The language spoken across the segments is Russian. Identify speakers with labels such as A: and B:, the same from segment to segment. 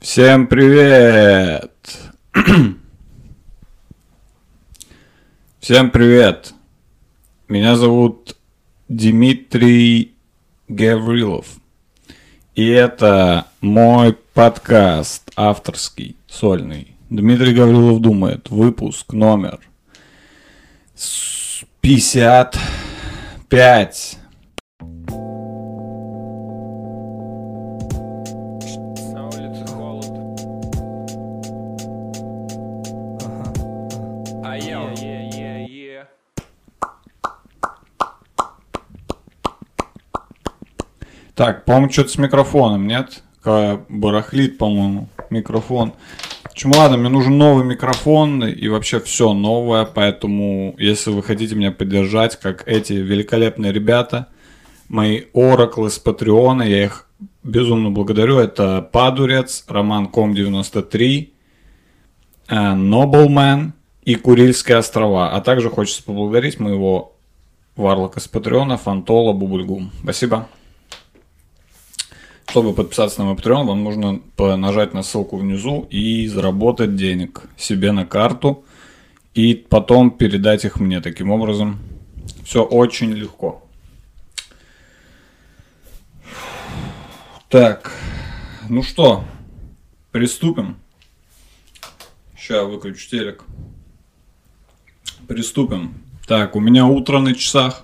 A: Всем привет! Всем привет! Меня зовут Дмитрий Гаврилов. И это мой подкаст авторский, сольный. Дмитрий Гаврилов думает. Выпуск номер 55. Так, по-моему, что-то с микрофоном, нет? Барахлит, по-моему, микрофон. В общем, ладно, мне нужен новый микрофон и вообще все новое, поэтому, если вы хотите меня поддержать, как эти великолепные ребята, мои ораклы с Патреона, я их безумно благодарю. Это Падурец, Роман Ком93, Nobleman и Курильские острова. А также хочется поблагодарить моего варлока с Патреона, Фантола Бубульгум. Спасибо. Чтобы подписаться на мой Patreon, вам нужно нажать на ссылку внизу и заработать денег себе на карту и потом передать их мне. Таким образом, все очень легко. Так, ну что, приступим. Сейчас выключу телек. Приступим. Так, у меня утро на часах.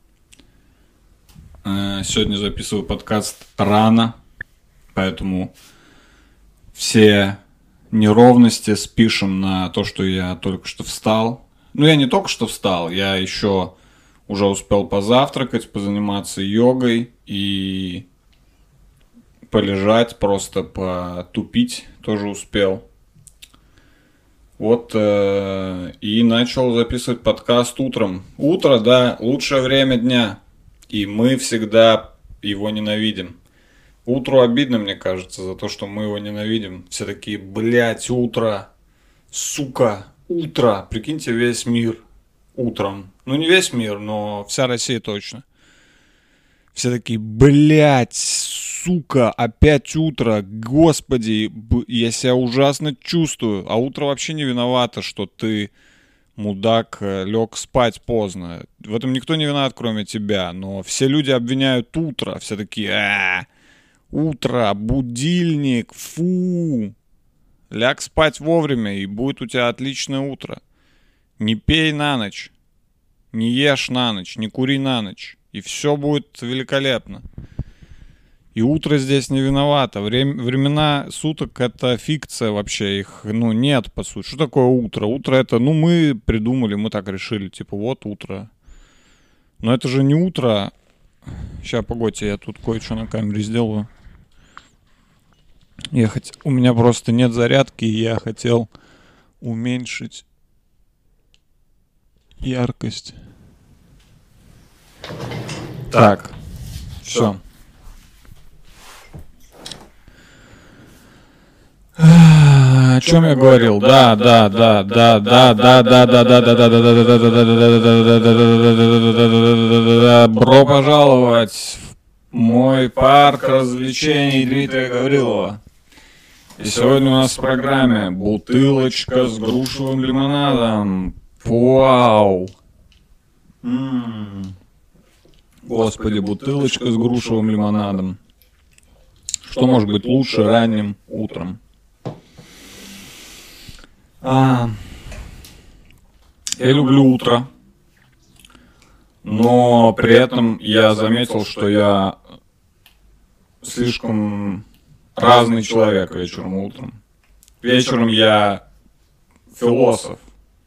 A: Сегодня записываю подкаст рано. Поэтому все неровности спишем на то, что я только что встал. Ну, я не только что встал, я еще уже успел позавтракать, позаниматься йогой и полежать, просто потупить тоже успел. Вот, и начал записывать подкаст утром. Утро, да, лучшее время дня. И мы всегда его ненавидим. Утру обидно, мне кажется, за то, что мы его ненавидим. Все такие, блять, утро, сука, утро. Прикиньте, весь мир утром. Ну, не весь мир, но вся Россия точно. Все такие, блять, сука, опять утро. Господи, я себя ужасно чувствую. А утро вообще не виновато, что ты, мудак, лег спать поздно. В этом никто не виноват, кроме тебя. Но все люди обвиняют утро. Все такие, утро, будильник, фу. Ляг спать вовремя, и будет у тебя отличное утро. Не пей на ночь, не ешь на ночь, не кури на ночь. И все будет великолепно. И утро здесь не виновато. Времена суток — это фикция вообще. Их, нет, по сути. Что такое утро? Утро — это, мы придумали, мы так решили. Типа, вот утро. Но это же не утро. Сейчас, погодьте, я тут кое-что на камере сделаю. У меня просто нет зарядки, и я хотел уменьшить яркость. Так, все. О чем я говорил? Да. Добро пожаловать в мой парк развлечений Дмитрия Гаврилова. И сегодня у нас в программе бутылочка с грушевым лимонадом. Вау! Господи, бутылочка с грушевым лимонадом. Что может быть лучше ранним утром? Я люблю утро, но при этом я заметил, что я слишком разный человек вечером и утром. Вечером я философ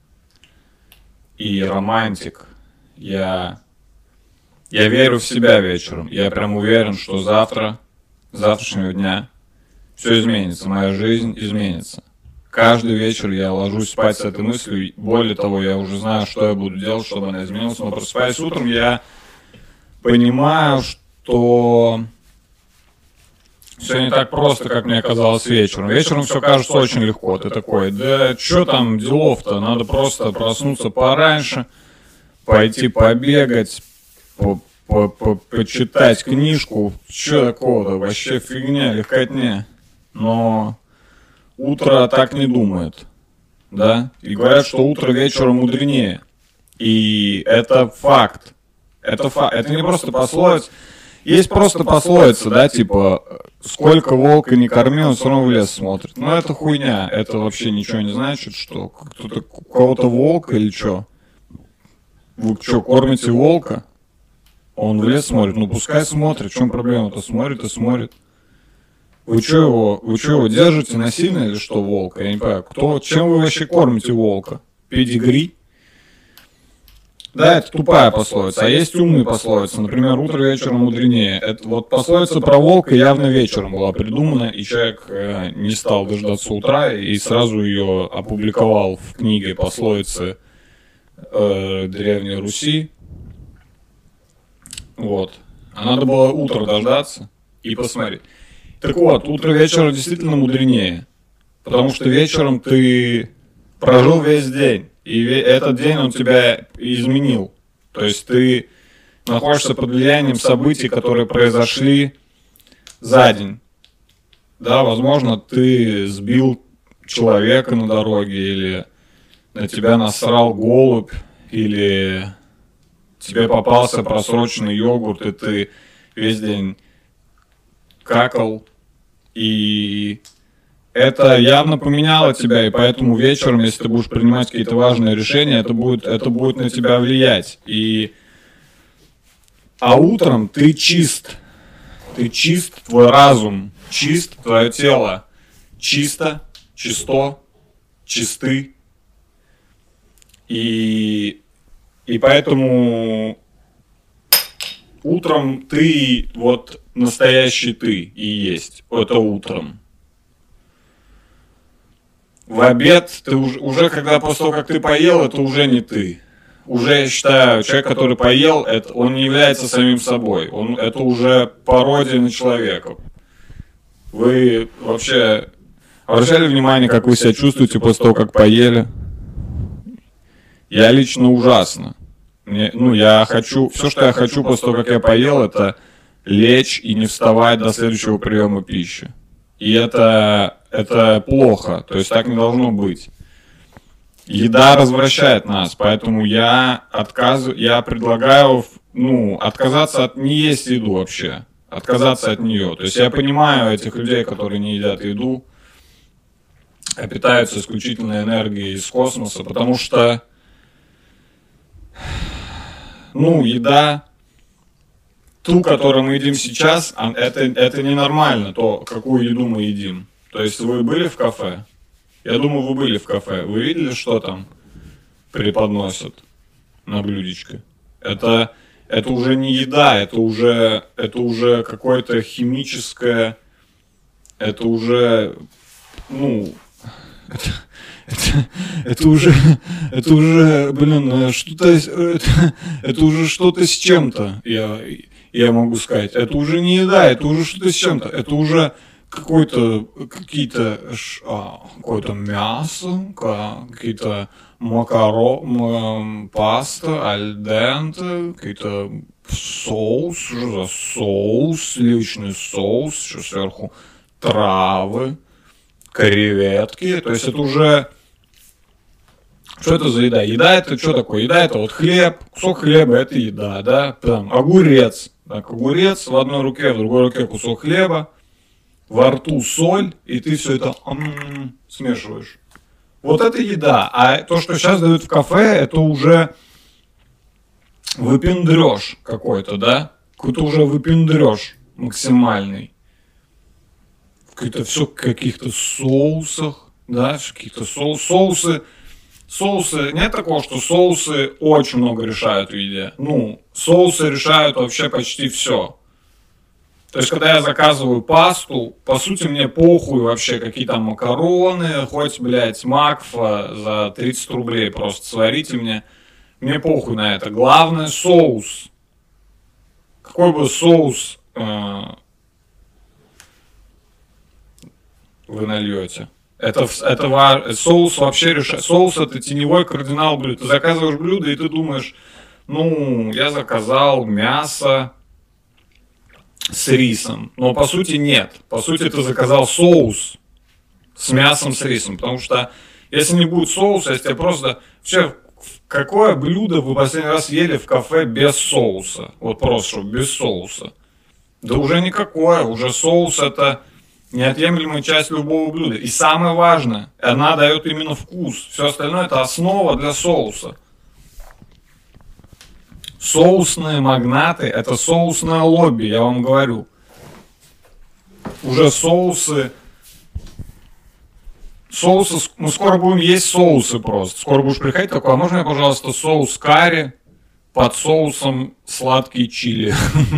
A: и романтик. Я верю в себя вечером. Я прям уверен, что с завтрашнего дня все изменится, моя жизнь изменится. Каждый вечер я ложусь спать с этой мыслью. Более того, я уже знаю, что я буду делать, чтобы она изменилась. Но просыпаясь утром, я понимаю, что все не так просто, как мне казалось вечером. Вечером все кажется очень легко. Ты такой, да что там делов-то? Надо просто проснуться пораньше, пойти побегать, почитать книжку. Что такого-то? Вообще фигня, легкотня. Но утро так не думает, да, и говорят, что утро вечером мудренее. И это факт. Это не просто пословица. Есть просто пословица, да, типа, сколько волка не корми, он все равно в лес смотрит. Но это хуйня, это вообще ничего не значит, что кто-то, у кого-то волк или что? Вы что, кормите волка? Он в лес смотрит, ну пускай смотрит, в чем проблема-то, смотрит и смотрит. Вы что его держите насильно или что, волка? Я не понимаю, чем вы вообще кормите волка? Педигри? Да, это тупая пословица, а есть умные пословицы. Например, утро вечером мудренее. Это вот пословица про волка явно вечером была придумана, и человек не стал дождаться утра и сразу ее опубликовал в книге пословицы Древней Руси. Вот. А надо было утро дождаться и посмотреть. Так вот, утро вечера действительно мудренее. Потому что вечером ты прожил весь день. И этот день он тебя изменил. То есть ты находишься под влиянием событий, которые произошли за день. Да, возможно, ты сбил человека на дороге, или на тебя насрал голубь, или тебе попался просроченный йогурт, и ты весь день какал. И это явно поменяло тебя, и поэтому вечером, если ты будешь принимать какие-то важные решения, это будет на тебя влиять. А утром ты чист, твой разум чист, твое тело чисто, чисты. И поэтому утром ты, вот настоящий ты и есть, это утром. В обед ты уже когда после того, как ты поел, это уже не ты. Уже, я считаю, человек, который поел, он не является самим собой. Это уже пародия на человека. Вы вообще обращали внимание, как вы себя чувствуете после того, как поели? Я лично ужасно. Все, что я хочу после того, как я поел, это лечь и не вставать до следующего приема пищи. И это плохо, то есть так не должно быть. Еда развращает нас, поэтому я предлагаю, отказаться от не есть еду вообще, отказаться от нее. То есть я понимаю этих людей, которые не едят еду, а питаются исключительно энергией из космоса, потому что, еда, ту, которую мы едим сейчас, это ненормально, то, какую еду мы едим. То есть вы были в кафе? Я думаю, вы были в кафе. Вы видели, что там преподносят на блюдечке? Это уже не еда, это уже какое-то химическое, это уже что-то с чем-то, я могу сказать. Это уже не еда, это уже что-то с чем-то. Это уже какое-то мясо, какие-то паста, аль денте, какие-то соус, что за соус, сливочный соус, еще сверху травы, креветки. То есть это уже... Что это за еда? Еда это что такое? Еда это вот хлеб, кусок хлеба это еда, да? Там огурец. Так, огурец в одной руке, в другой руке кусок хлеба, во рту соль, и ты все это смешиваешь. Вот это еда. А то, что сейчас дают в кафе, это уже выпендрёж какой-то, да? Какой-то уже выпендрёж максимальный. Какие-то все в каких-то соусах, да? Каких-то соусы. Соусы, нет такого, что соусы очень много решают в еде. Соусы решают вообще почти все. То есть, когда я заказываю пасту, по сути, мне похуй вообще, какие там макароны, хоть, макфа за 30 рублей просто сварите мне. Мне похуй на это. Главное, соус. Какой бы соус вы нальете? Соус вообще решает. Соус это теневой кардинал блюда. Ты заказываешь блюдо, и ты думаешь, я заказал мясо с рисом. Но по сути нет. По сути ты заказал соус с мясом, с рисом. Потому что если не будет соуса, если просто... Вообще, какое блюдо вы последний раз ели в кафе без соуса? Вот просто, чтобы без соуса. Да уже никакое. Уже соус это неотъемлемая часть любого блюда. И самое важное, она дает именно вкус. Все остальное это основа для соуса. Соусные магнаты это соусное лобби, я вам говорю. Уже соусы, мы скоро будем есть соусы просто. Скоро будешь приходить такой, а можно мне, пожалуйста, соус карри под соусом сладкий чили?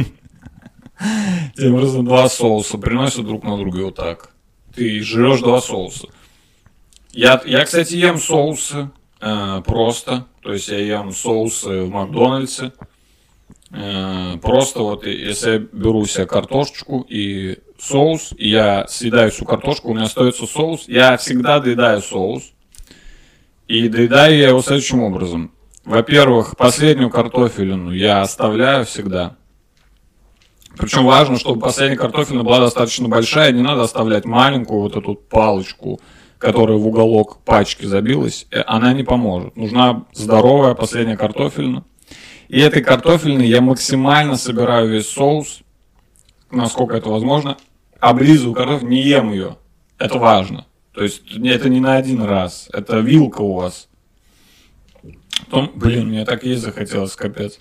A: Тебе просто два соуса приносят друг на друга вот так. Ты жрешь два соуса. Я, кстати, ем соусы просто. То есть я ем соусы в Макдональдсе. Просто вот если я беру себе картошечку и соус, и я съедаю всю картошку, у меня остается соус, я всегда доедаю соус. И доедаю я его следующим образом. Во-первых, последнюю картофелину я оставляю всегда. Причем важно, чтобы последняя картофелина была достаточно большая, не надо оставлять маленькую вот эту палочку, которая в уголок пачки забилась, она не поможет. Нужна здоровая последняя картофелина. И этой картофельной я максимально собираю весь соус, насколько это возможно, облизываю картофель, не ем ее. Это важно. То есть это не на один раз, это вилка у вас. Потом, мне так есть захотелось, капец.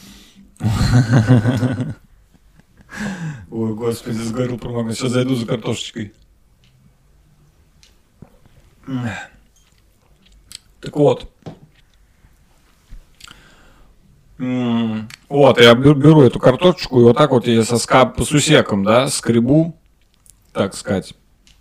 A: Ой, господи, сгорел промокнуть. Сейчас зайду за картошечкой. Так вот. Вот, я беру эту картошечку и вот так вот я по сусекам, да, скребу, так сказать.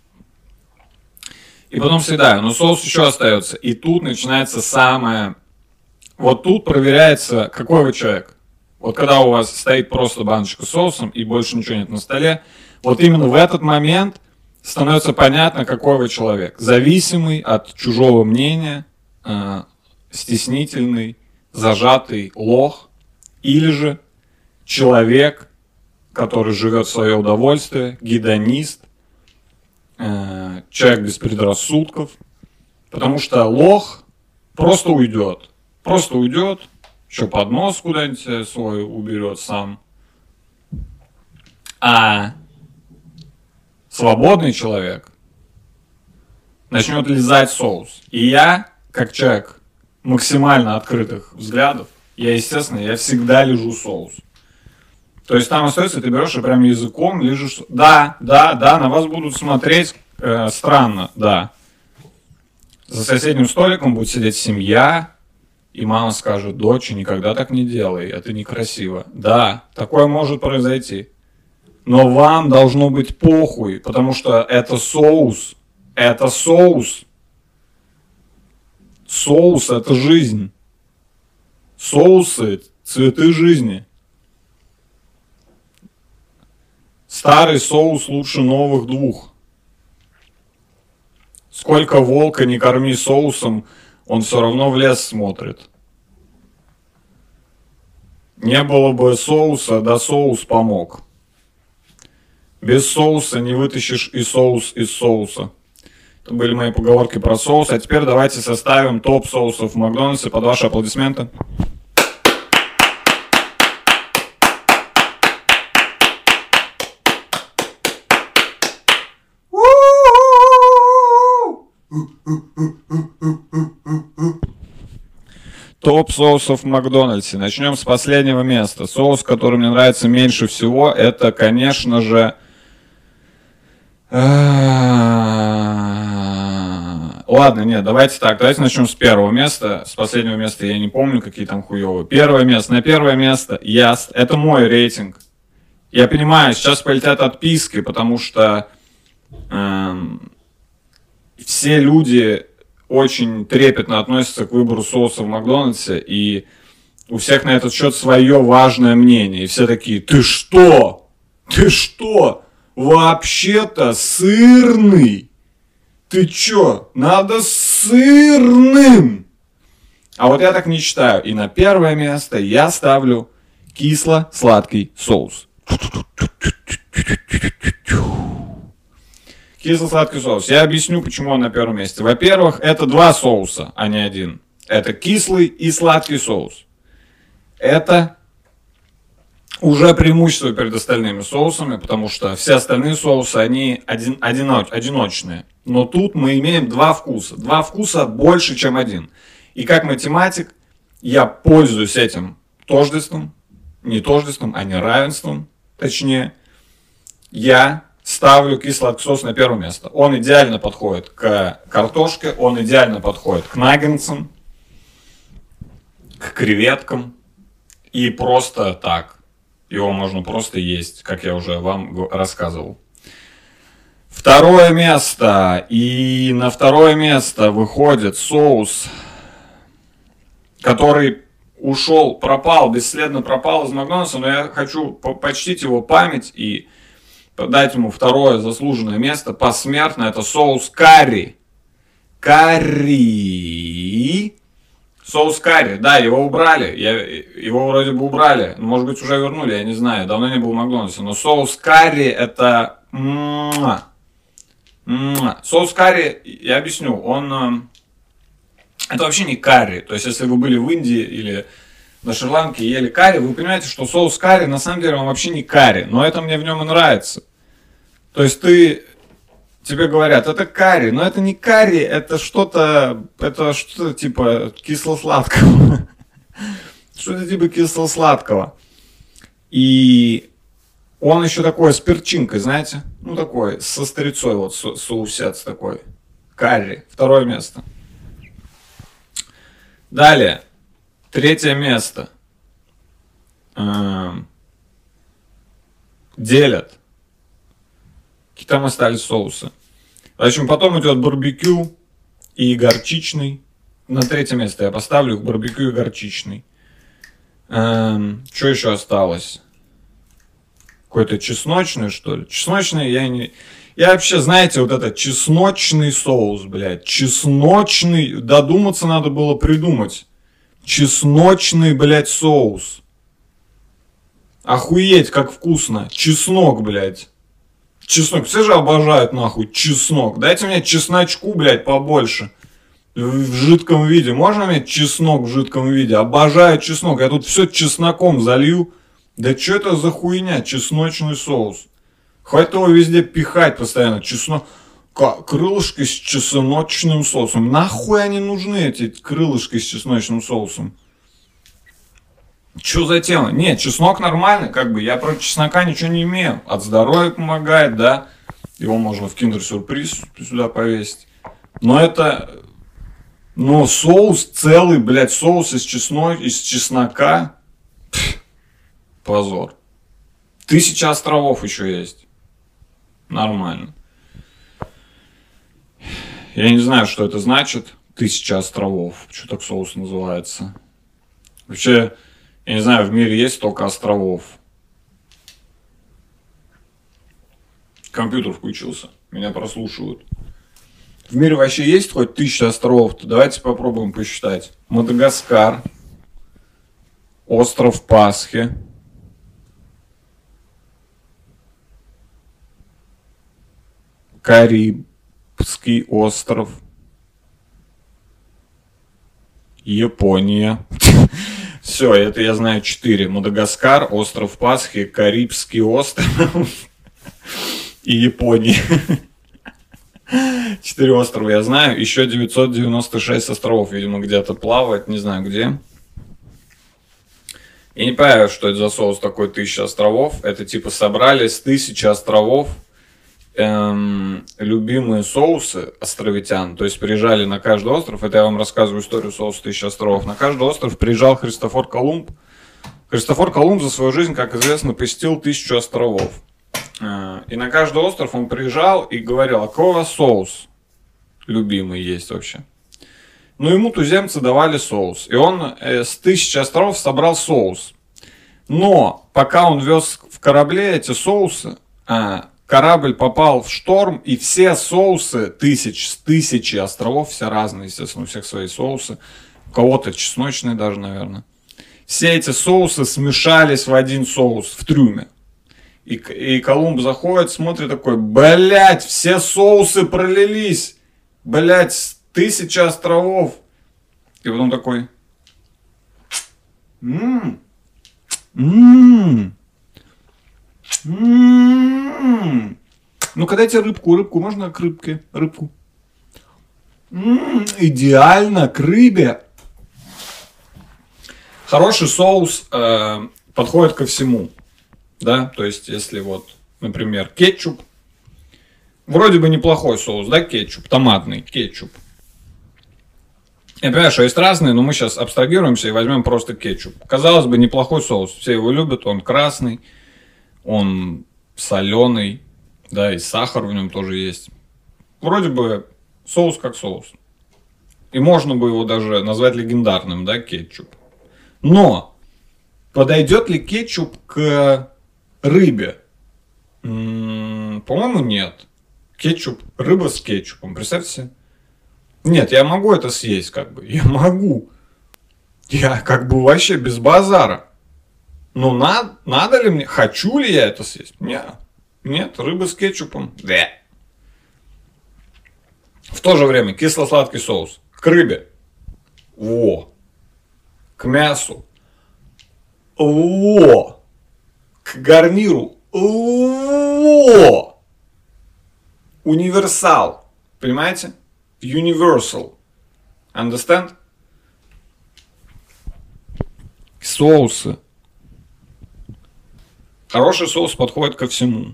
A: И потом съедаю. Но соус еще остается. И тут начинается самое... Вот тут проверяется, какой вы человек. Вот когда у вас стоит просто баночка с соусом и больше ничего нет на столе, вот именно в этот момент становится понятно, какой вы человек. Зависимый от чужого мнения, стеснительный, зажатый лох, или же человек, который живет в свое удовольствие, гедонист, человек без предрассудков. Потому что лох просто уйдет. Просто уйдет, еще поднос куда-нибудь свой уберет сам. А свободный человек начнет лизать соус. И я, как человек максимально открытых взглядов, я всегда лижу соус. То есть там остается, ты берешь и прям языком лижешь. Да, на вас будут смотреть странно, да. За соседним столиком будет сидеть семья, и мама скажет: дочь, никогда так не делай, это некрасиво. Да, такое может произойти. Но вам должно быть похуй, потому что это соус. Это соус. Соус – это жизнь. Соусы – цветы жизни. Старый соус лучше новых двух. Сколько волка не корми соусом, он все равно в лес смотрит. Не было бы соуса, да соус помог. Без соуса не вытащишь и соус из соуса. Это были мои поговорки про соус. А теперь давайте составим топ соусов в Макдональдсе под ваши аплодисменты. Топ соусов в Макдональдсе. Начнем с последнего места. Соус, который мне нравится меньше всего, это, конечно же... Ладно, нет, давайте начнем с первого места. С последнего места я не помню, какие там хуёвые. Первое место. На первое место это мой рейтинг. Я понимаю, сейчас полетят отписки, потому что все люди очень трепетно относятся к выбору соуса в Макдональдсе, и у всех на этот счет свое важное мнение. И все такие: ты что? Ты что? Вообще-то сырный. Ты чё? Надо сырным. А вот я так не считаю. И на первое место я ставлю кисло-сладкий соус. Кисло-сладкий соус. Я объясню, почему он на первом месте. Во-первых, это два соуса, а не один. Это кислый и сладкий соус. Это уже преимущество перед остальными соусами, потому что все остальные соусы, они одиночные. Но тут мы имеем два вкуса. Два вкуса больше, чем один. И как математик, я пользуюсь этим тождеством, не тождеством, а не равенством, точнее. Я ставлю кисло-сладкий соус на первое место. Он идеально подходит к картошке, он идеально подходит к наггетсам, к креветкам. И просто так. Его можно просто есть, как я уже вам рассказывал. Второе место. И на второе место выходит соус, который бесследно пропал из Макдональдса, но я хочу почтить его память и дать ему второе заслуженное место посмертно. Это соус карри. Соус карри, да, его убрали. Его вроде бы убрали. Может быть, уже вернули, я не знаю. Давно не был в Макдональдсе. Но соус карри это... Соус карри, я объясню, он... Это вообще не карри. То есть, если вы были в Индии или на Шри-Ланке и ели карри, вы понимаете, что соус карри на самом деле он вообще не карри. Но это мне в нем и нравится. То есть, тебе говорят, это карри, но это не карри, это что-то типа кисло-сладкого. Что-то типа кисло-сладкого. И он еще такой с перчинкой, знаете? Ну, такой, со стрицой, вот, соусец такой. Карри. Второе место. Далее. Третье место. Делят. Какие там остались соусы. В общем, потом идет барбекю и горчичный. На третье место я поставлю барбекю и горчичный. Что еще осталось? Какой-то чесночный, что ли? Чесночный Я вообще, знаете, вот это чесночный соус, блядь. Чесночный. Додуматься надо было придумать. Чесночный, блядь, соус. Охуеть, как вкусно. Чеснок, блядь. Чеснок. Все же обожают, нахуй, чеснок. Дайте мне чесночку, блядь, побольше. В жидком виде. Можно мне чеснок в жидком виде? Обожаю чеснок. Я тут все чесноком залью. Да что это за хуйня? Чесночный соус. Хватит его везде пихать постоянно. Крылышки с чесночным соусом. Нахуй они нужны, эти крылышки с чесночным соусом? Что за тема? Нет, чеснок нормальный, как бы. Я про чеснока ничего не имею. От здоровья помогает, да. Его можно в киндер-сюрприз сюда повесить. Но соус целый, блядь, соус из чеснока. Позор. 1000 островов еще есть. Нормально. Я не знаю, что это значит. 1000 островов. Что так соус называется? Вообще, я не знаю, в мире есть столько островов. Компьютер включился. Меня прослушивают. В мире вообще есть хоть 1000 островов? То давайте попробуем посчитать. Мадагаскар. Остров Пасхи. Карибский остров. Япония. Все, это я знаю 4. Мадагаскар, остров Пасхи, Карибский остров и Япония. 4 острова я знаю. Еще 996 островов, видимо, где-то плавает. Не знаю где. Я не понимаю, что это за соус такой 1000 островов. Это типа собрали с 1000 островов любимые соусы островитян. То есть приезжали на каждый остров. Это я вам рассказываю историю соуса 1000 островов. На каждый остров приезжал Христофор Колумб. Христофор Колумб за свою жизнь, как известно, посетил 1000 островов. И на каждый остров он приезжал и говорил: а какой у вас соус любимый есть вообще? Ну, ему туземцы давали соус. И он с 1000 островов собрал соус. Но пока он вез в корабле эти соусы, корабль попал в шторм, и все соусы с 1000 островов, все разные, естественно, у всех свои соусы, у кого-то чесночные даже, наверное. Все эти соусы смешались в один соус в трюме. И Колумб заходит, смотрит такой, блять, все соусы пролились. Блять, 1000 островов. И потом такой, ну, когда тебе рыбку, можно к рыбке, рыбку. Идеально, к рыбе. Хороший соус подходит ко всему. Да, то есть, если вот, например, кетчуп. Вроде бы неплохой соус, да, кетчуп, томатный кетчуп. Я понимаю, что есть разные, но мы сейчас абстрагируемся и возьмем просто кетчуп. Казалось бы, неплохой соус. Все его любят, он красный, он соленый, да, и сахар в нем тоже есть. Вроде бы соус как соус. И можно бы его даже назвать легендарным, да, кетчуп. Но подойдет ли кетчуп к рыбе? По-моему, нет. Кетчуп, рыба с кетчупом, представьте себе. Нет, я могу это съесть, как бы. Я могу. Я как бы вообще без базара. Но надо ли мне, хочу ли я это съесть? Нет, рыба с кетчупом. Да. В то же время кисло-сладкий соус. К рыбе. Во. К мясу. Во. К гарниру. Во. Универсал. Понимаете? Universal. Understand? Соусы. Хороший соус подходит ко всему.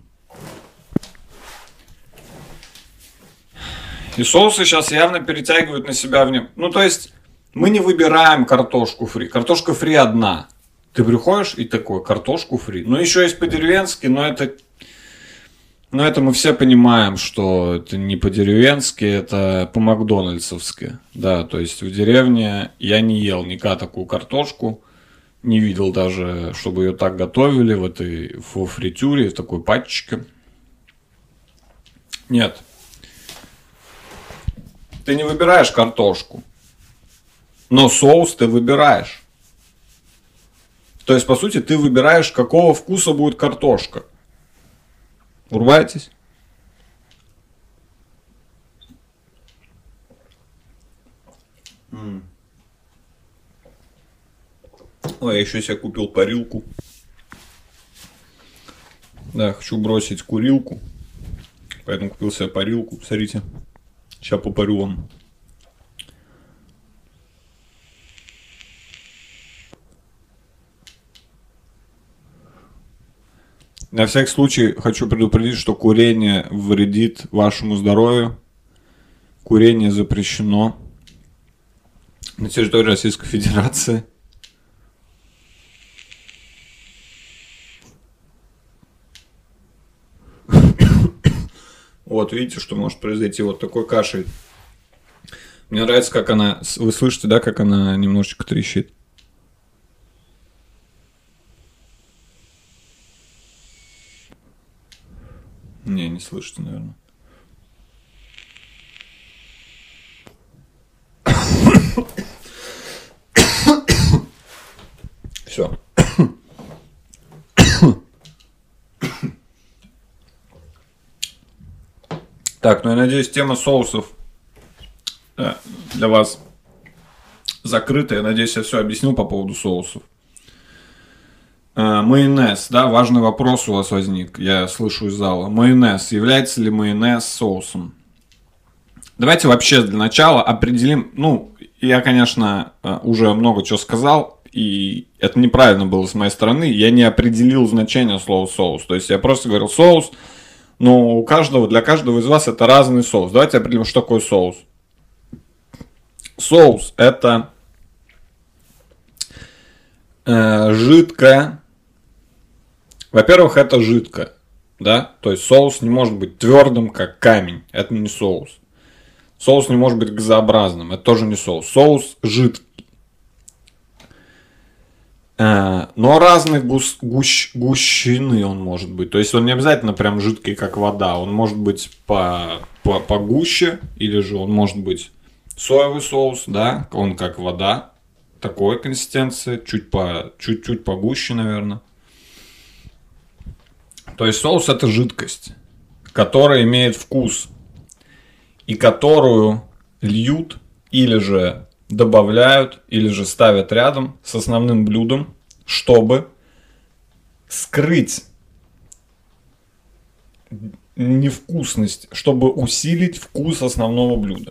A: И соусы сейчас явно перетягивают на себя внимание. Ну, то есть, мы не выбираем картошку фри. Картошка фри одна. Ты приходишь и такой, картошку фри. Ну, еще есть по-деревенски, но это мы все понимаем, что это не по-деревенски, это по-макдональдсовски. Да, то есть в деревне я не ел никогда такую картошку. Не видел даже, чтобы ее так готовили во фритюре, в такой пачечке. Нет. Ты не выбираешь картошку. Но соус ты выбираешь. То есть, по сути, ты выбираешь, какого вкуса будет картошка. Врубаетесь? Ой, я еще себе купил парилку. Да, хочу бросить курилку. Поэтому купил себе парилку. Смотрите. Сейчас попарю вам. На всякий случай хочу предупредить, что курение вредит вашему здоровью. Курение запрещено на территории Российской Федерации. Вот, видите, что может произойти вот такой кашель. Мне нравится, как она... Вы слышите, да, как она немножечко трещит? Не слышите, наверное. Все. Так, ну я надеюсь, тема соусов для вас закрыта. Я надеюсь, я все объяснил по поводу соусов. Майонез, да, важный вопрос у вас возник, я слышу из зала. Майонез, является ли майонез соусом? Давайте вообще для начала определим, ну, я, конечно, уже много чего сказал, и это неправильно было с моей стороны, я не определил значение слова соус, то есть я просто говорил соус, но для каждого из вас это разный соус. Давайте определим, что такое соус. Соус – это жидкое. Во-первых, это жидкое, да, то есть соус не может быть твердым, как камень, это не соус. Соус не может быть газообразным, это тоже не соус. Соус жидкий. Но разной гущины он может быть. То есть он не обязательно прям жидкий, как вода. Он может быть погуще, или же он может быть соевый соус, да, он как вода, такой консистенции, чуть-чуть погуще, наверное. То есть соус это жидкость, которая имеет вкус и которую льют или же добавляют, или же ставят рядом с основным блюдом, чтобы скрыть невкусность, чтобы усилить вкус основного блюда.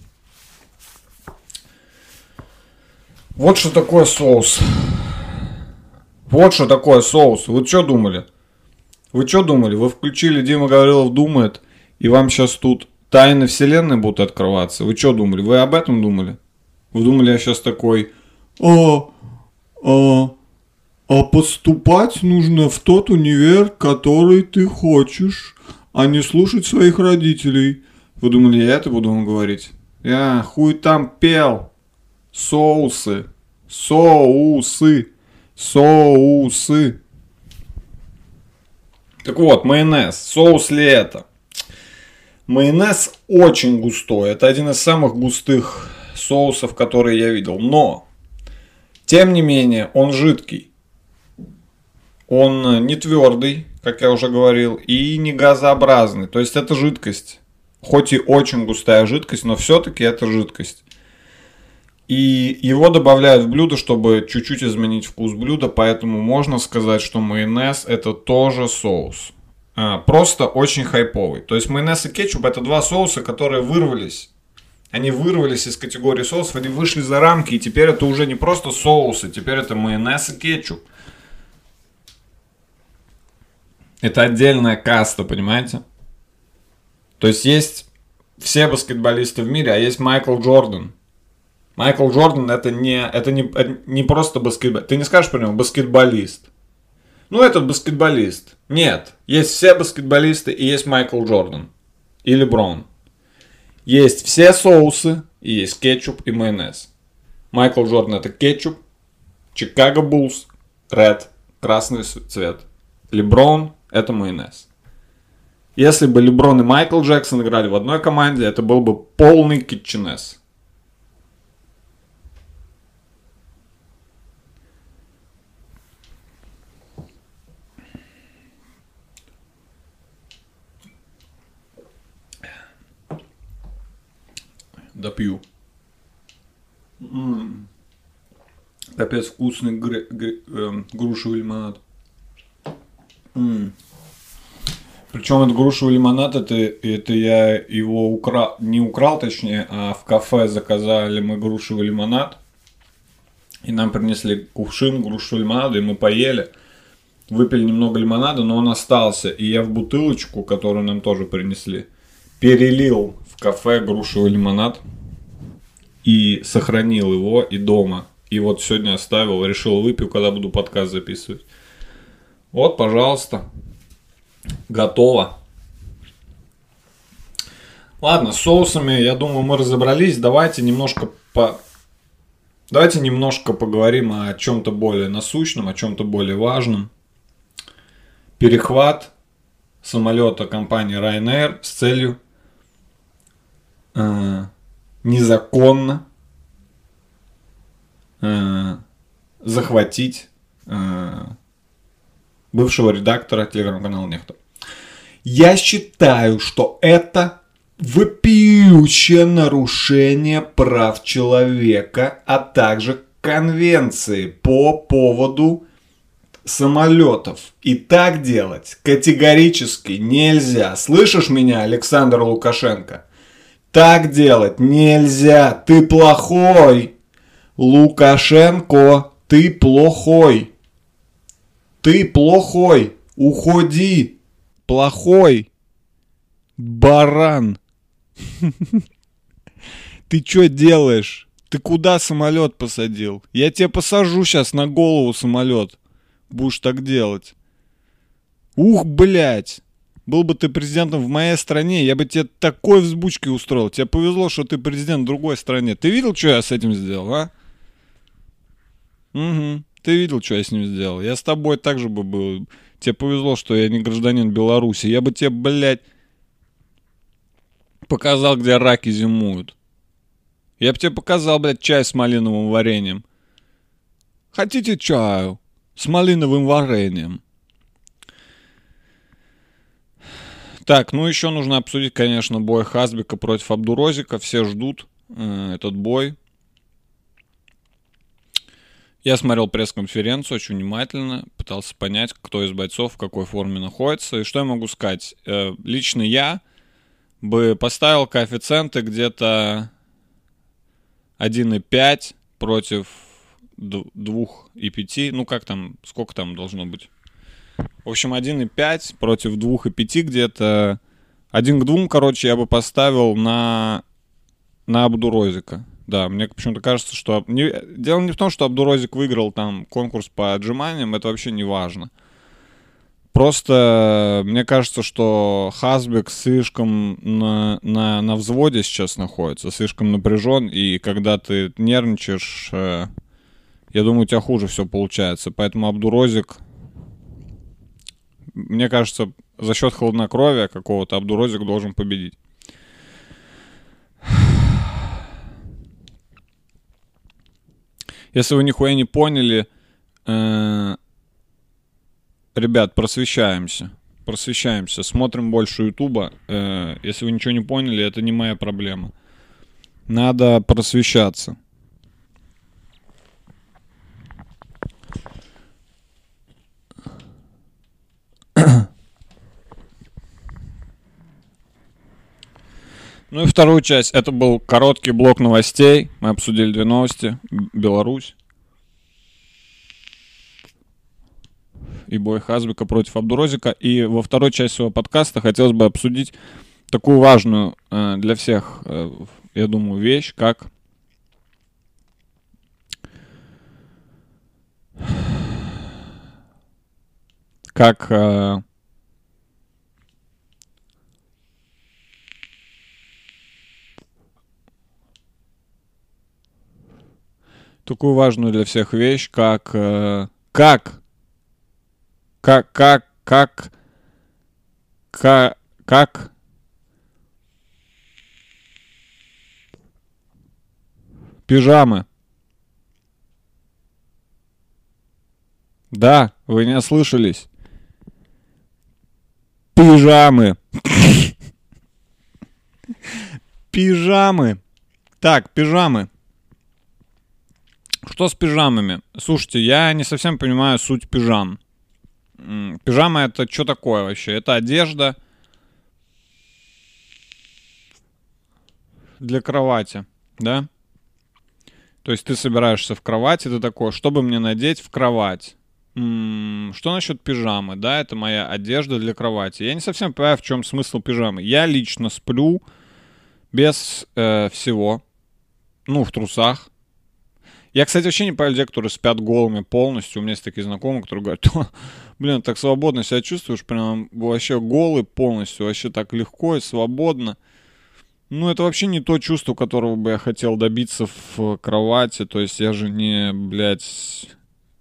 A: Вот что такое соус. Вот что такое соус. Вы что думали? Вы включили «Дима Гаврилов думает», и вам сейчас тут тайны вселенной будут открываться. Вы что думали? Вы об этом думали? Вы думали, я сейчас такой... А поступать нужно в тот универ, который ты хочешь, а не слушать своих родителей. Вы думали, я это буду вам говорить? Я хуй там пел. Соусы. Так вот, майонез. Соус ли это? Майонез очень густой. Это один из самых густых соусов, которые я видел. Но, тем не менее, он жидкий. Он не твердый, как я уже говорил, и не газообразный. То есть это жидкость. Хоть и очень густая жидкость, но все-таки это жидкость. И его добавляют в блюдо, чтобы чуть-чуть изменить вкус блюда. Поэтому можно сказать, что майонез это тоже соус. Просто очень хайповый. То есть майонез и кетчуп это два соуса, которые вырвались. Они вырвались из категории соусов, они вышли за рамки. И теперь это уже не просто соусы, теперь это майонез и кетчуп. Это отдельная каста, понимаете? То есть все баскетболисты в мире, а есть Майкл Джордан. Майкл Джордан это не просто баскетболист. Ты не скажешь про него баскетболист. Ну, этот баскетболист. Нет. Есть все баскетболисты и есть Майкл Джордан. И Леброн. Есть все соусы и есть кетчуп и майонез. Майкл Джордан это кетчуп. Чикаго Буллс. Ред. Красный цвет. Леброн это майонез. Если бы Леброн и Майкл Джексон играли в одной команде, это был бы полный китченез. Допью. Капец вкусный грушевый лимонад. Причем этот грушевый лимонад, это я его не украл, точнее, а в кафе заказали мы грушевый лимонад. И нам принесли кувшин грушевого лимонада, и мы поели. Выпили немного лимонада, но он остался. И я в бутылочку, которую нам тоже принесли, перелил в кафе грушевый лимонад. И сохранил его и дома. И вот сегодня оставил, решил выпью, когда буду подкаст записывать. Вот, пожалуйста. Готово. Ладно, с соусами, я думаю, мы разобрались. Давайте немножко поговорим о чем-то более насущном, о чем-то более важном. Перехват самолета компании Ryanair с целью незаконно захватить бывшего редактора телеграм-канала Нехта. Я считаю, что это вопиющее нарушение прав человека, а также конвенции по поводу самолетов. И так делать категорически нельзя. Слышишь меня, Александр Лукашенко? Так делать нельзя. Ты плохой. Лукашенко, ты плохой. Ты плохой. Уходи. Плохой. Баран. Ты что делаешь? Ты куда самолет посадил? Я тебе посажу сейчас на голову самолет. Будешь так делать. Ух, блядь. Был бы ты президентом в моей стране, я бы тебе такой взбучкой устроил. Тебе повезло, что ты президент в другой стране. Ты видел, что я с этим сделал, а? Угу. Ты видел, что я с ним сделал? Я с тобой так же бы был. Тебе повезло, что я не гражданин Беларуси. Я бы тебе, блядь, показал, где раки зимуют. Я бы тебе показал, блядь, чай с малиновым вареньем. Хотите чаю с малиновым вареньем? Так, ну еще нужно обсудить, конечно, бой Хазбека против Абдурозика. Все ждут этот бой. Я смотрел пресс-конференцию очень внимательно, пытался понять, кто из бойцов в какой форме находится. И что я могу сказать? Лично я бы поставил коэффициенты где-то 1,5 против 2,5. Ну как там, сколько там должно быть? В общем, 1,5 против 2,5 где-то. 1 к 2, короче, я бы поставил на Абдурозика. Да, мне почему-то кажется, что... Дело не в том, что Абдурозик выиграл там конкурс по отжиманиям, это вообще не важно. Просто мне кажется, что Хазбек слишком на взводе сейчас находится, слишком напряжен, и когда ты нервничаешь, я думаю, у тебя хуже все получается. Поэтому Абдурозик, мне кажется, за счет хладнокровия какого-то Абдурозик должен победить. Если вы нихуя не поняли, ребят, просвещаемся, смотрим больше Ютуба. Если вы ничего не поняли, это не моя проблема. Надо просвещаться. Ну и вторую часть. Это был короткий блок новостей. Мы обсудили 2 новости. Беларусь. И бой Хазбека против Абдурозика. И во второй части своего подкаста хотелось бы обсудить такую важную для всех, я думаю, вещь, как такую важную для всех вещь, как пижамы. Да, вы не ослышались. Пижамы. Пижамы. Так, пижамы. Что с пижамами? Слушайте, я не совсем понимаю суть пижам. Пижама — это что такое вообще? Это одежда для кровати, да? То есть ты собираешься в кровати, ты такой, что бы мне надеть в кровать? Что насчет пижамы? Да, это моя одежда для кровати. Я не совсем понимаю, в чем смысл пижамы. Я лично сплю без всего. Ну, в трусах. Я, кстати, вообще не понимаю людей, которые спят голыми полностью. У меня есть такие знакомые, которые говорят, блин, так свободно себя чувствуешь, прям вообще голый полностью, вообще так легко и свободно. Ну, это вообще не то чувство, которого бы я хотел добиться в кровати. То есть я же не, блядь...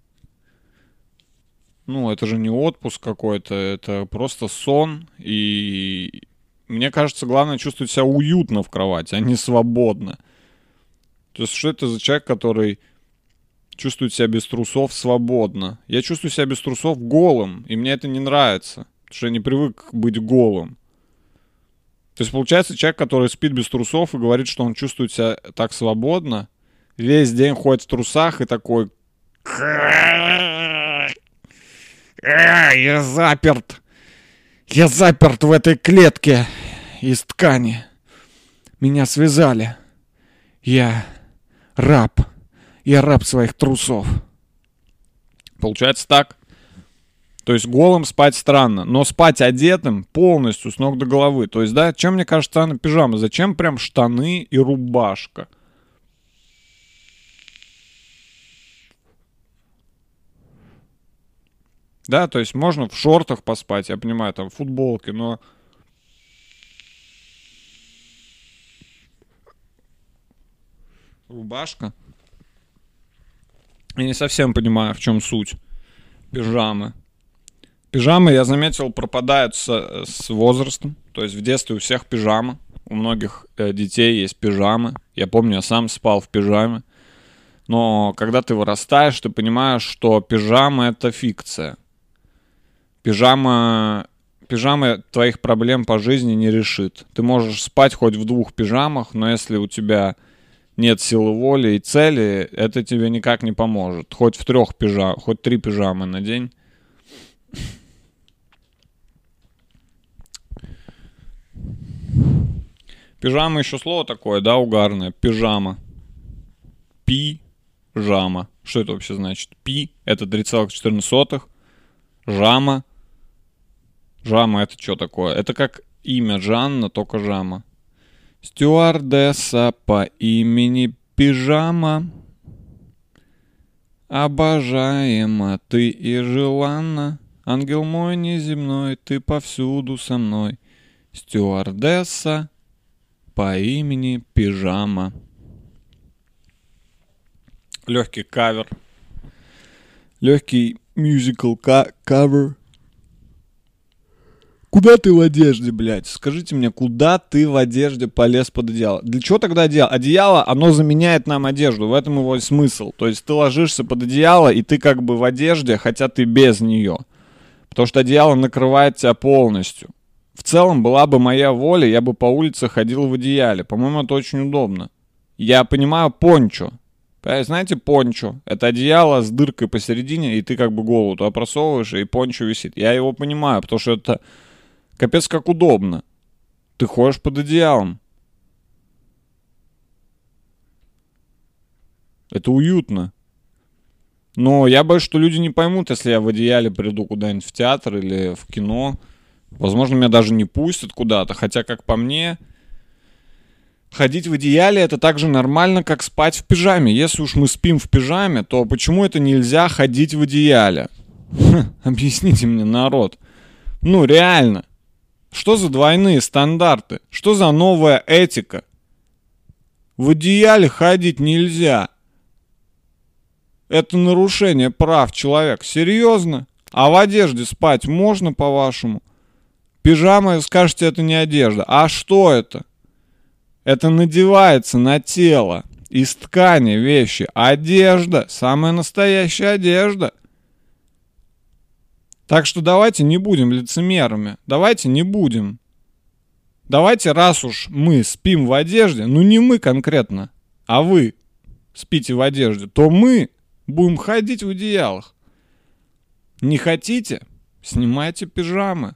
A: Ну, это же не отпуск какой-то, это просто сон. И мне кажется, главное чувствовать себя уютно в кровати, а не свободно. То есть что это за человек, который чувствует себя без трусов свободно? Я чувствую себя без трусов голым, и мне это не нравится, потому что я не привык быть голым. То есть получается, человек, который спит без трусов и говорит, что он чувствует себя так свободно, весь день ходит в трусах и такой... Я заперт в этой клетке из ткани. Меня связали. Я раб своих трусов. Получается так. То есть голым спать странно, но спать одетым полностью с ног до головы. То есть, да, чем мне кажется странно пижама? Зачем прям штаны и рубашка? Да, то есть можно в шортах поспать, я понимаю, там в футболке, но... Рубашка? Я не совсем понимаю, в чем суть пижамы. Пижамы, я заметил, пропадают с возрастом. То есть в детстве у всех пижама. У многих детей есть пижамы. Я помню, я сам спал в пижаме. Но когда ты вырастаешь, ты понимаешь, что пижама — это фикция. Пижама пижама твоих проблем по жизни не решит. Ты можешь спать хоть в 2 пижамах, но если у тебя нет силы воли и цели, это тебе никак не поможет. Хоть в 3 пижамах, хоть 3 пижамы на день. Пижама еще слово такое, да, угарное. Пижама. Пи-жама. Что это вообще значит? Пи — это 3,14. Жама. Жама — это что такое? Это как имя Жанна, только жама. Стюардесса по имени Пижама. Обожаема ты и желанна. Ангел мой неземной, ты повсюду со мной. Стюардесса по имени Пижама. Легкий кавер. Легкий мюзикл кавер. Куда ты в одежде, блядь? Скажите мне, куда ты в одежде полез под одеяло? Для чего тогда одеяло? Одеяло, оно заменяет нам одежду. В этом его смысл. То есть ты ложишься под одеяло, и ты как бы в одежде, хотя ты без нее. Потому что одеяло накрывает тебя полностью. В целом, была бы моя воля, я бы по улице ходил в одеяле. По-моему, это очень удобно. Я понимаю пончо. Знаете, пончо? Это одеяло с дыркой посередине, и ты как бы голову туда просовываешь, и пончо висит. Я его понимаю, потому что это капец как удобно. Ты ходишь под одеялом. Это уютно. Но я боюсь, что люди не поймут, если я в одеяле приду куда-нибудь в театр или в кино. Возможно, меня даже не пустят куда-то. Хотя, как по мне, ходить в одеяле — это так же нормально, как спать в пижаме. Если уж мы спим в пижаме, то почему это нельзя ходить в одеяле? Объясните мне, народ. Ну, реально. Что за двойные стандарты? Что за новая этика? В одеяле ходить нельзя. Это нарушение прав человека. Серьезно? А в одежде спать можно, по-вашему? Пижама, скажете, это не одежда. А что это? Это надевается на тело. Из ткани вещи. Одежда. Самая настоящая одежда. Так что давайте не будем лицемерами. Давайте не будем. Давайте, раз уж мы спим в одежде, ну не мы конкретно, а вы спите в одежде, то мы будем ходить в одеялах. Не хотите? Снимайте пижамы.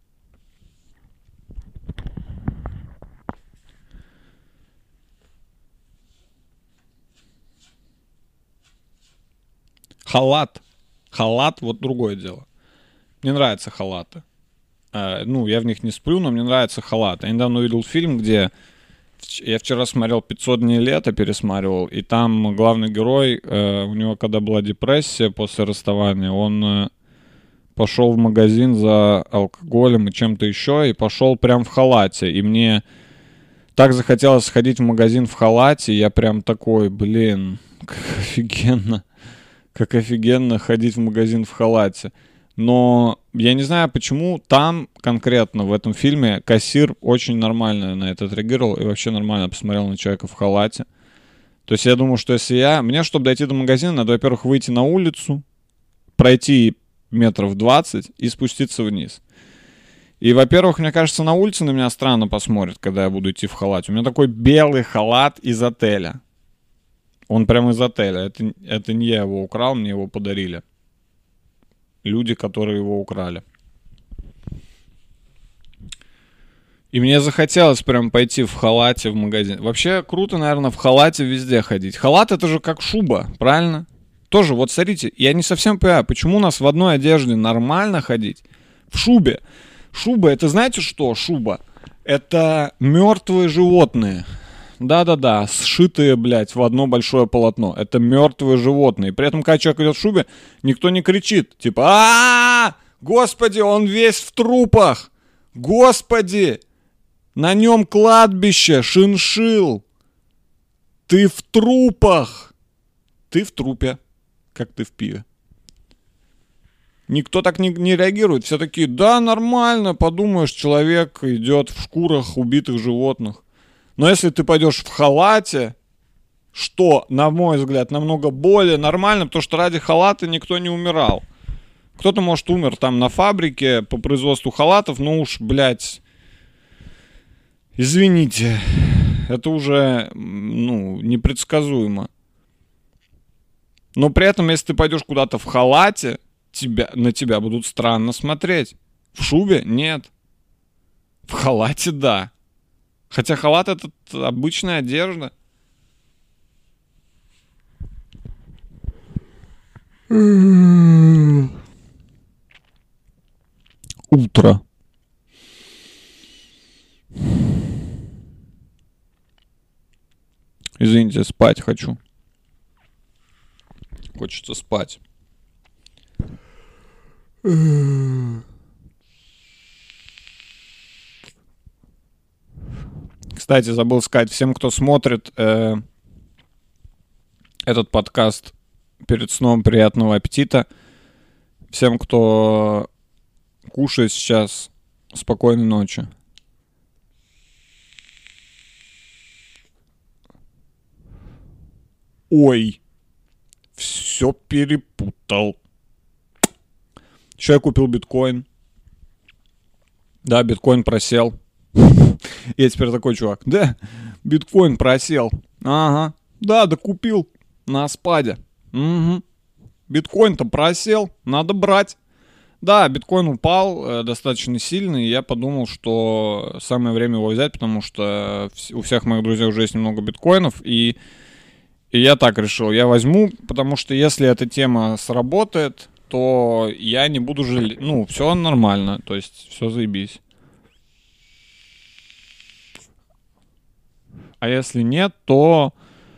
A: Халат. Халат — вот другое дело. Мне нравятся халаты. Я в них не сплю, но мне нравятся халаты. Я недавно увидел фильм, где... Я вчера смотрел «500 дней лета», пересматривал, и там главный герой, у него когда была депрессия после расставания, он пошел в магазин за алкоголем и чем-то еще, и пошел прям в халате. И мне так захотелось сходить в магазин в халате, я прям такой, как офигенно. Как офигенно ходить в магазин в халате. Но я не знаю, почему там конкретно в этом фильме кассир очень нормально на это отреагировал и вообще нормально посмотрел на человека в халате. То есть я думаю, что если мне, чтобы дойти до магазина, надо, во-первых, выйти на улицу, пройти метров 20 и спуститься вниз. И, во-первых, мне кажется, на улице на меня странно посмотрят, когда я буду идти в халате. У меня такой белый халат из отеля. Он прям из отеля. Это не я его украл, мне его подарили. Люди, которые его украли. И мне захотелось прям пойти в халате в магазин. Вообще круто, наверное, в халате везде ходить. Халат — это же как шуба, правильно? Тоже, вот смотрите, я не совсем понимаю, почему у нас в одной одежде нормально ходить, в шубе. Шуба — это знаете что? Шуба — это мертвые животные. Да-да-да, сшитые, блядь, в одно большое полотно. Это мертвые животные. При этом, когда человек идет в шубе, никто не кричит. Типа, Господи, он весь в трупах! Господи! На нем кладбище, шиншилл! Ты в трупах! Ты в трупе, как ты в пиве. Никто так не реагирует. Все такие, да, нормально, подумаешь, человек идет в шкурах убитых животных. Но если ты пойдешь в халате, что, на мой взгляд, намного более нормально, потому что ради халата никто не умирал. Кто-то, может, умер там на фабрике по производству халатов, но уж, блядь, извините, это уже, непредсказуемо. Но при этом, если ты пойдешь куда-то в халате, на тебя будут странно смотреть. В шубе? Нет. В халате? Да. Хотя халат — это обычная одежда. Утро. Извините, спать хочу. Хочется спать. Кстати, забыл сказать всем, кто смотрит этот подкаст перед сном, приятного аппетита. Всем, кто кушает сейчас, спокойной ночи. Ой, все перепутал. Еще я купил биткоин. Да, биткоин просел. Я теперь такой чувак. Да, биткоин просел. Ага. Да, купил на спаде. Угу. Биткоин-то просел, надо брать. Да, биткоин упал достаточно сильно, и я подумал, что самое время его взять, потому что у всех моих друзей уже есть немного биткоинов, и я так решил, я возьму, потому что если эта тема сработает, то я не буду жалеть. Ну, все нормально, то есть все заебись. А если нет, то,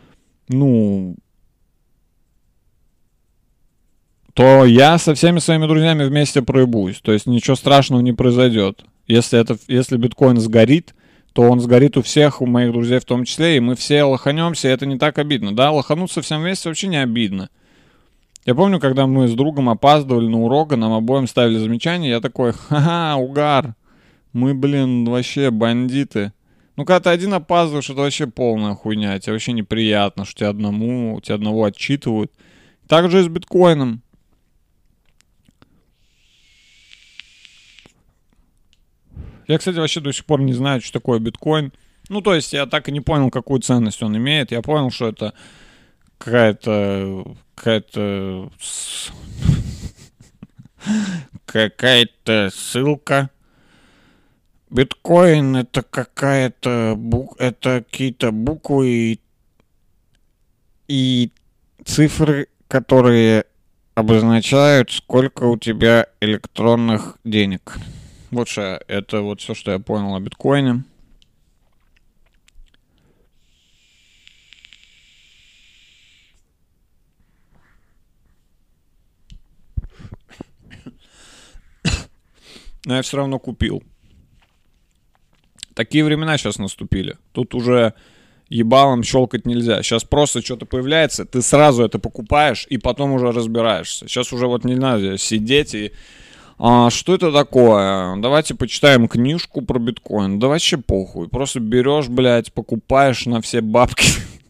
A: то я со всеми своими друзьями вместе проебусь. То есть ничего страшного не произойдет. Если биткоин сгорит, то он сгорит у всех, у моих друзей в том числе, и мы все лоханемся, и это не так обидно. Да, лохануться всем вместе вообще не обидно. Я помню, когда мы с другом опаздывали на урок, и нам обоим ставили замечания, я такой, ха-ха, угар, мы, вообще бандиты. Ну, когда ты один опаздываешь, это вообще полная хуйня, тебе вообще неприятно, что тебя одного отчитывают. Так же и с биткоином. Я, кстати, вообще до сих пор не знаю, что такое биткоин. Ну, то есть я так и не понял, какую ценность он имеет. Я понял, что это какая-то ссылка. Биткоин — это это какие-то буквы и цифры, которые обозначают, сколько у тебя электронных денег. Это вот все, что я понял о биткоине. Но я все равно купил. Такие времена сейчас наступили. Тут уже ебалом щелкать нельзя. Сейчас просто что-то появляется, ты сразу это покупаешь и потом уже разбираешься. Сейчас уже вот не надо сидеть и... что это такое? Давайте почитаем книжку про биткоин. Да вообще похуй. Просто берешь, покупаешь на все бабки.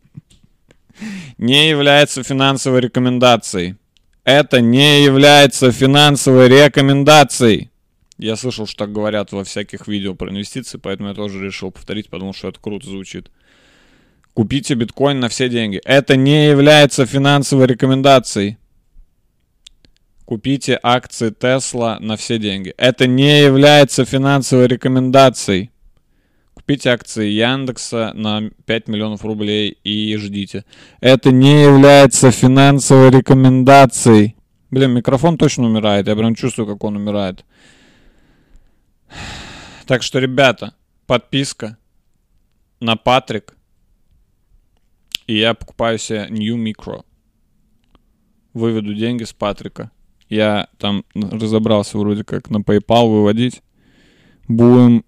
A: Не является финансовой рекомендацией. Это не является финансовой рекомендацией. Я слышал, что так говорят во всяких видео про инвестиции, поэтому я тоже решил повторить, потому что это круто звучит. Купите биткоин на все деньги. Это не является финансовой рекомендацией. Купите акции Tesla на все деньги. Это не является финансовой рекомендацией. Купите акции Яндекса на 5 миллионов рублей и ждите. Это не является финансовой рекомендацией. Микрофон точно умирает. Я прям чувствую, как он умирает. Так что, ребята, подписка на Патрик. И я покупаю себе New Micro. Выведу деньги с Патрика. Я там разобрался вроде как на PayPal выводить. Будем,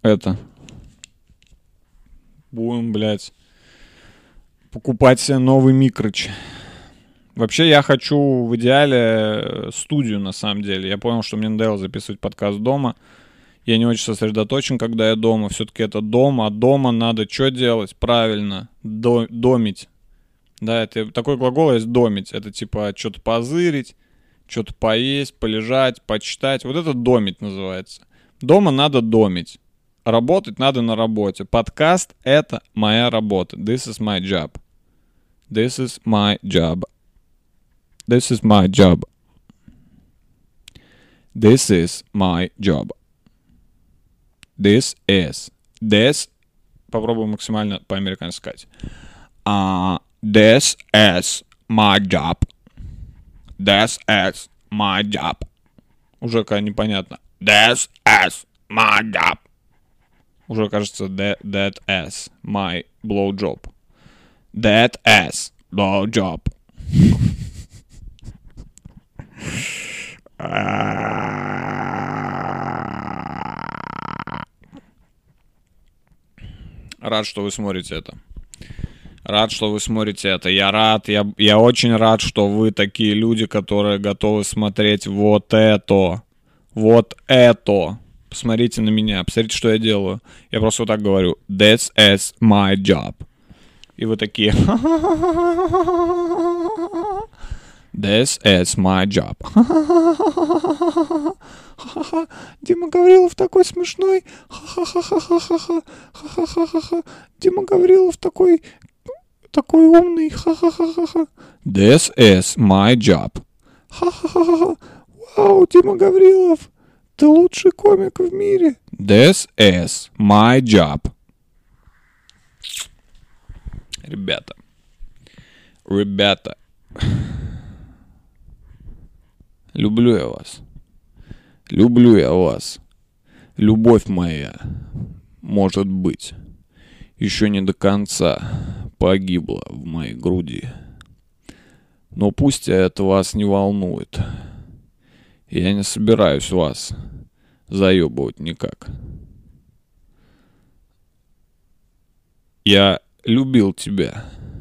A: покупать себе новый микроч. Вообще я хочу в идеале студию, на самом деле. Я понял, что мне надоело записывать подкаст дома. Я не очень сосредоточен, когда я дома. Все-таки это дом, а дома надо что делать? Правильно, домить. Да, это такой глагол есть домить. Это типа что-то позырить, что-то поесть, полежать, почитать. Вот это домить называется. Дома надо домить. Работать надо на работе. Подкаст — это моя работа. This is my job. This is my job. This is my job. This is my job. This is. This. Попробую максимально по-американски сказать. This is my job. This is my job. Уже как непонятно. This is my job. Уже кажется, that is my blowjob. That is blowjob. Рад, что вы смотрите это. Рад, что вы смотрите это. Я рад, я очень рад, что вы такие люди, которые готовы смотреть вот это. Вот это. Посмотрите на меня, посмотрите, что я делаю. Я просто вот так говорю. This is my job. И вы такие. This is my job. Дима Гаврилов такой смешной. Дима Гаврилов такой умный. This is my job. Вау, Дима Гаврилов, ты лучший комик в мире. This is my job. Ребята. Люблю я вас. Люблю я вас. Любовь моя, может быть, еще не до конца погибла в моей груди. Но пусть это вас не волнует. Я не собираюсь вас заебывать никак. Я любил тебя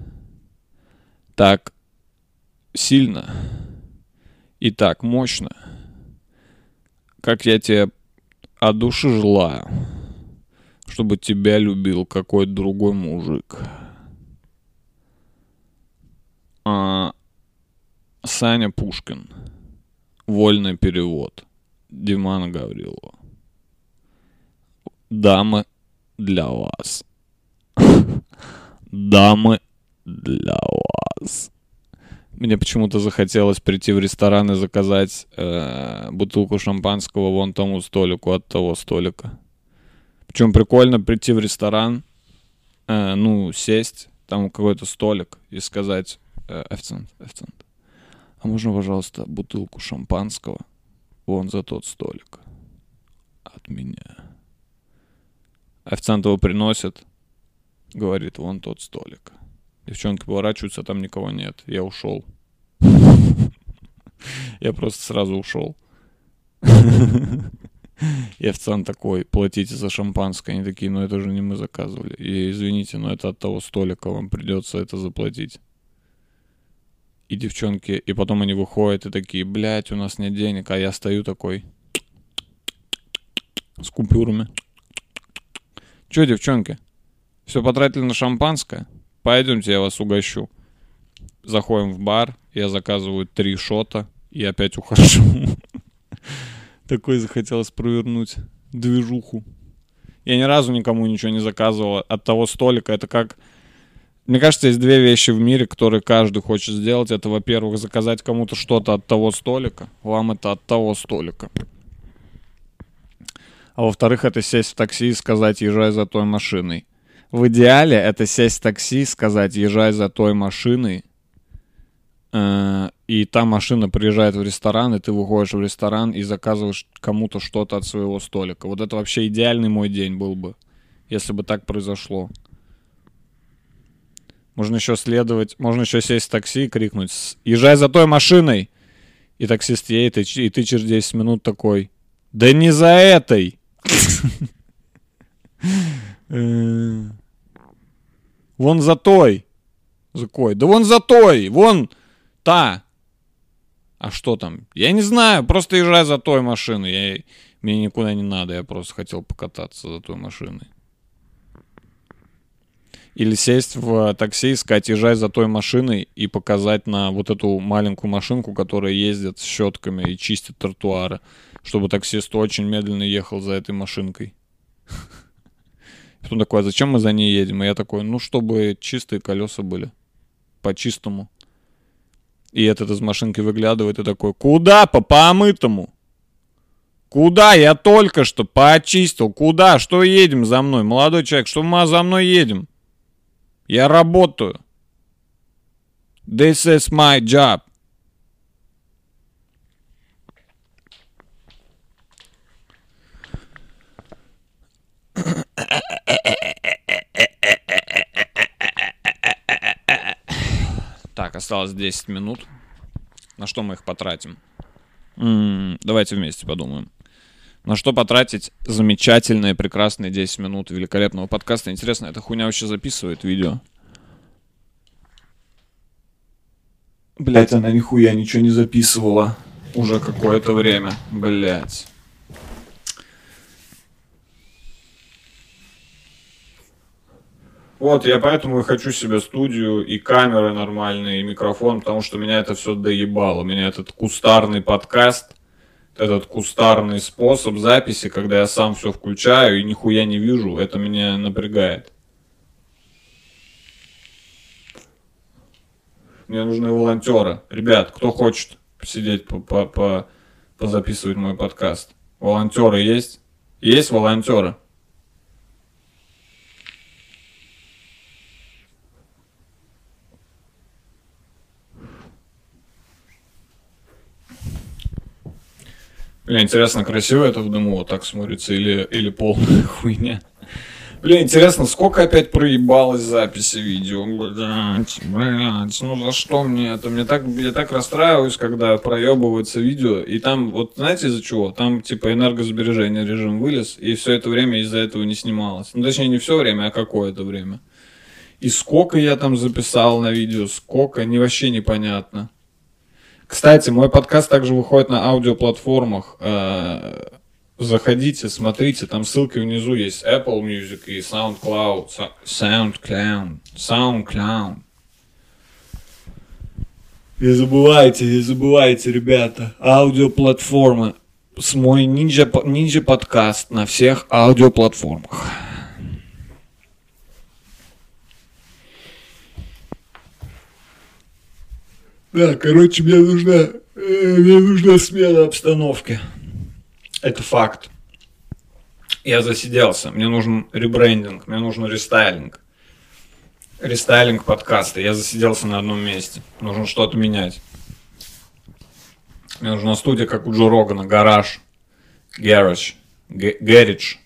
A: так сильно и так мощно, как я тебе от души желаю, чтобы тебя любил какой-то другой мужик. Саня Пушкин. Вольный перевод. Димана Гаврилова. Дамы для вас. Дамы для вас. Мне почему-то захотелось прийти в ресторан и заказать бутылку шампанского вон тому столику от того столика. Причем прикольно прийти в ресторан, сесть, там какой-то столик и сказать: официант, а можно, пожалуйста, бутылку шампанского вон за тот столик от меня? Официант его приносит, говорит: вон тот столик. Девчонки поворачиваются, а там никого нет. Я ушел. Я просто сразу ушел. И официант такой: платите за шампанское. Они такие: ну это же не мы заказывали. И извините, но это от того столика, вам придется это заплатить. И девчонки, и потом они выходят и такие: блять, у нас нет денег. А я стою такой с купюрами. Че, девчонки, все потратили на шампанское? Пойдемте, я вас угощу. Заходим в бар, я заказываю 3 шота и опять ухожу. Такой захотелось провернуть движуху. Я ни разу никому ничего не заказывал от того столика. Это как... Мне кажется, есть 2 вещи в мире, которые каждый хочет сделать. Это, во-первых, заказать кому-то что-то от того столика. Вам это от того столика. А во-вторых, это сесть в такси и сказать: езжай за той машиной. В идеале это сесть в такси и сказать: езжай за той машиной. И та машина приезжает в ресторан, и ты выходишь в ресторан и заказываешь кому-то что-то от своего столика. Вот это вообще идеальный мой день был бы, если бы так произошло. Можно еще сесть в такси и крикнуть: езжай за той машиной! И таксист едет, и ты через 10 минут такой: да не за этой! Вон за той! За кой? Да вон за той! Вон та! А что там? Я не знаю, просто езжай за той машиной. Мне никуда не надо, я просто хотел покататься за той машиной. Или сесть в такси и сказать, езжай за той машиной и показать на вот эту маленькую машинку, которая ездит с щетками и чистит тротуары, чтобы таксист очень медленно ехал за этой машинкой. Потом такой, а зачем мы за ней едем? И я такой, ну, чтобы чистые колеса были. По-чистому. И этот из машинки выглядывает и такой, куда по помытому? Куда? Я только что почистил. Куда? Что едем за мной? Молодой человек, что мы за мной едем? Я работаю. This is my job. Так, осталось 10 минут. На что мы их потратим? Давайте вместе подумаем. На что потратить замечательные, прекрасные 10 минут великолепного подкаста? Интересно, эта хуйня вообще записывает видео? Блять, она нихуя ничего не записывала уже какое-то время. Блять. Вот, я поэтому и хочу себе студию, и камеры нормальные, и микрофон, потому что меня это все доебало. Меня этот кустарный подкаст, этот кустарный способ записи, когда я сам все включаю и нихуя не вижу, это меня напрягает. Мне нужны волонтеры. Ребят, кто хочет посидеть, позаписывать мой подкаст? Волонтеры есть? Есть волонтеры? Бля, интересно, красиво это в дыму вот так смотрится или полная хуйня? Бля, интересно, сколько опять проебалось записи видео? Блять, ну за что мне это? Я так расстраиваюсь, когда проебывается видео, и там, вот знаете из-за чего? Там типа энергосбережения режим вылез, и все это время из-за этого не снималось. Ну, точнее, не все время, а какое-то время. И сколько я там записал на видео, сколько, вообще непонятно. Кстати, мой подкаст также выходит на аудиоплатформах. Заходите, смотрите, там ссылки внизу есть. Apple Music и SoundCloud. SoundCloud. Не забывайте, ребята. Аудиоплатформа. Мой Ninja подкаст на всех аудиоплатформах. Да, короче, мне нужна смена обстановки. Это факт. Я засиделся. Мне нужен ребрендинг, мне нужен рестайлинг. Рестайлинг подкаста. Я засиделся на одном месте. Нужно что-то менять. Мне нужна студия, как у Джо Рогана. Гараж. Garage.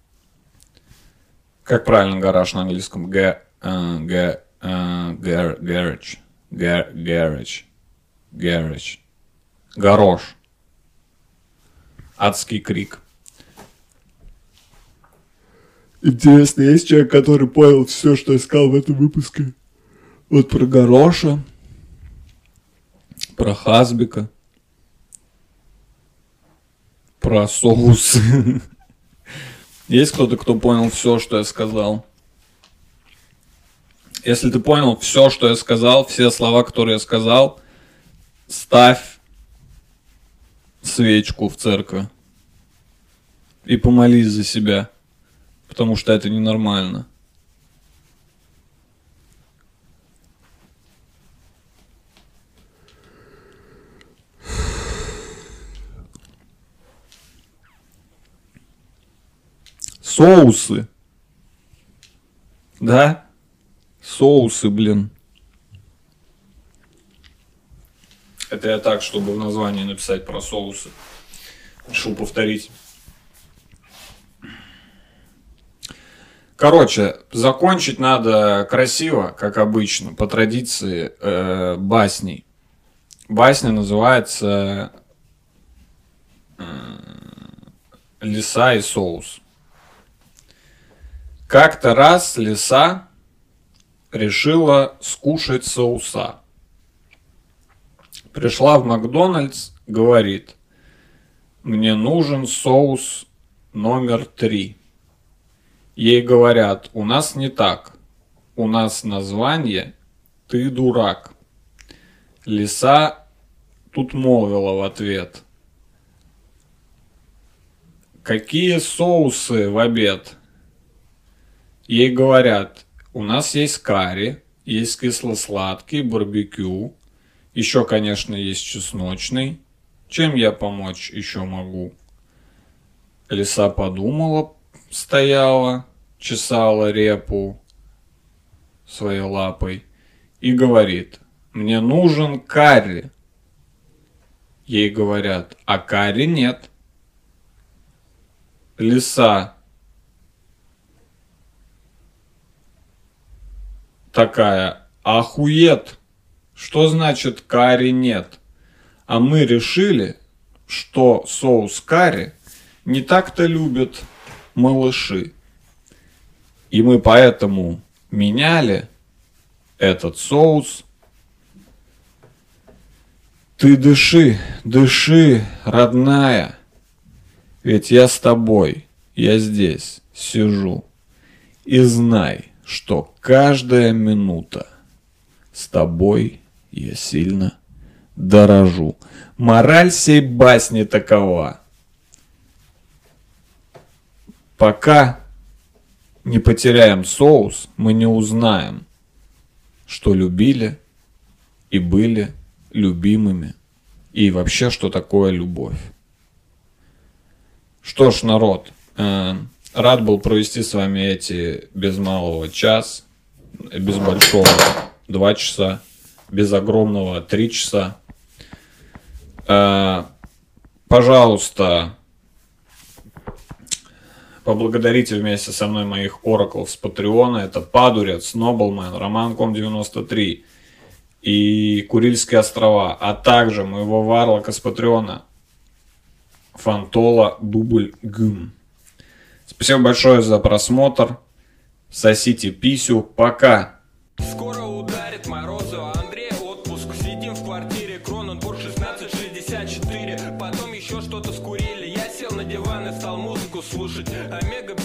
A: Как правильно гараж на английском? Garage. Гараж. Адский крик. Интересно, есть человек, который понял все, что я сказал в этом выпуске? Вот про Гороша, про Хазбика, про соус. Есть кто-то, кто понял все, что я сказал? Если ты понял все, что я сказал, все слова, которые я сказал, ставь свечку в церкви и помолись за себя, потому что это ненормально. Соусы. Да? Соусы, блин. Это я так, чтобы в названии написать про соусы. Решил повторить. Короче, закончить надо красиво, как обычно, по традиции, басней. Басня называется «Лиса и соус». Как-то раз лиса решила скушать соуса. Пришла в Макдональдс, говорит: мне нужен соус номер 3. Ей говорят: у нас не так. у нас название «Ты дурак». Лиса тут молвила в ответ: «Какие соусы в обед?» Ей говорят: у нас есть карри, есть кисло-сладкий, барбекю, еще, конечно, есть чесночный. Чем я помочь еще могу? Лиса подумала, стояла, чесала репу своей лапой и говорит: мне нужен карри. Ей говорят: а карри нет. Лиса такая: охует, что значит карри нет? А мы решили, что соус карри не так-то любят малыши. И мы поэтому меняли этот соус. Ты дыши, дыши, родная, ведь я с тобой, я здесь сижу. И знай, что каждая минута с тобой я сильно дорожу. Мораль сей басни такова: пока не потеряем соус, мы не узнаем, что любили и были любимыми, и вообще, что такое любовь. Что ж, народ, рад был провести с вами эти без малого час, без большого 2 часа, без огромного 3 часа. Пожалуйста, поблагодарите вместе со мной моих ораклов с Патреона. Это Падурец, Ноблмен, Роман.ком93 и Курильские острова, а также моего варлока с Патреона Фантола Дубль Гум. Спасибо большое за просмотр. Сосите писю. Пока.
B: Скоро ударит морозы, а Андрей отпуск. Сидим в квартире, Кроненбург 1664. Потом еще что-то скурили. Я сел на диван и стал музыку слушать. Омега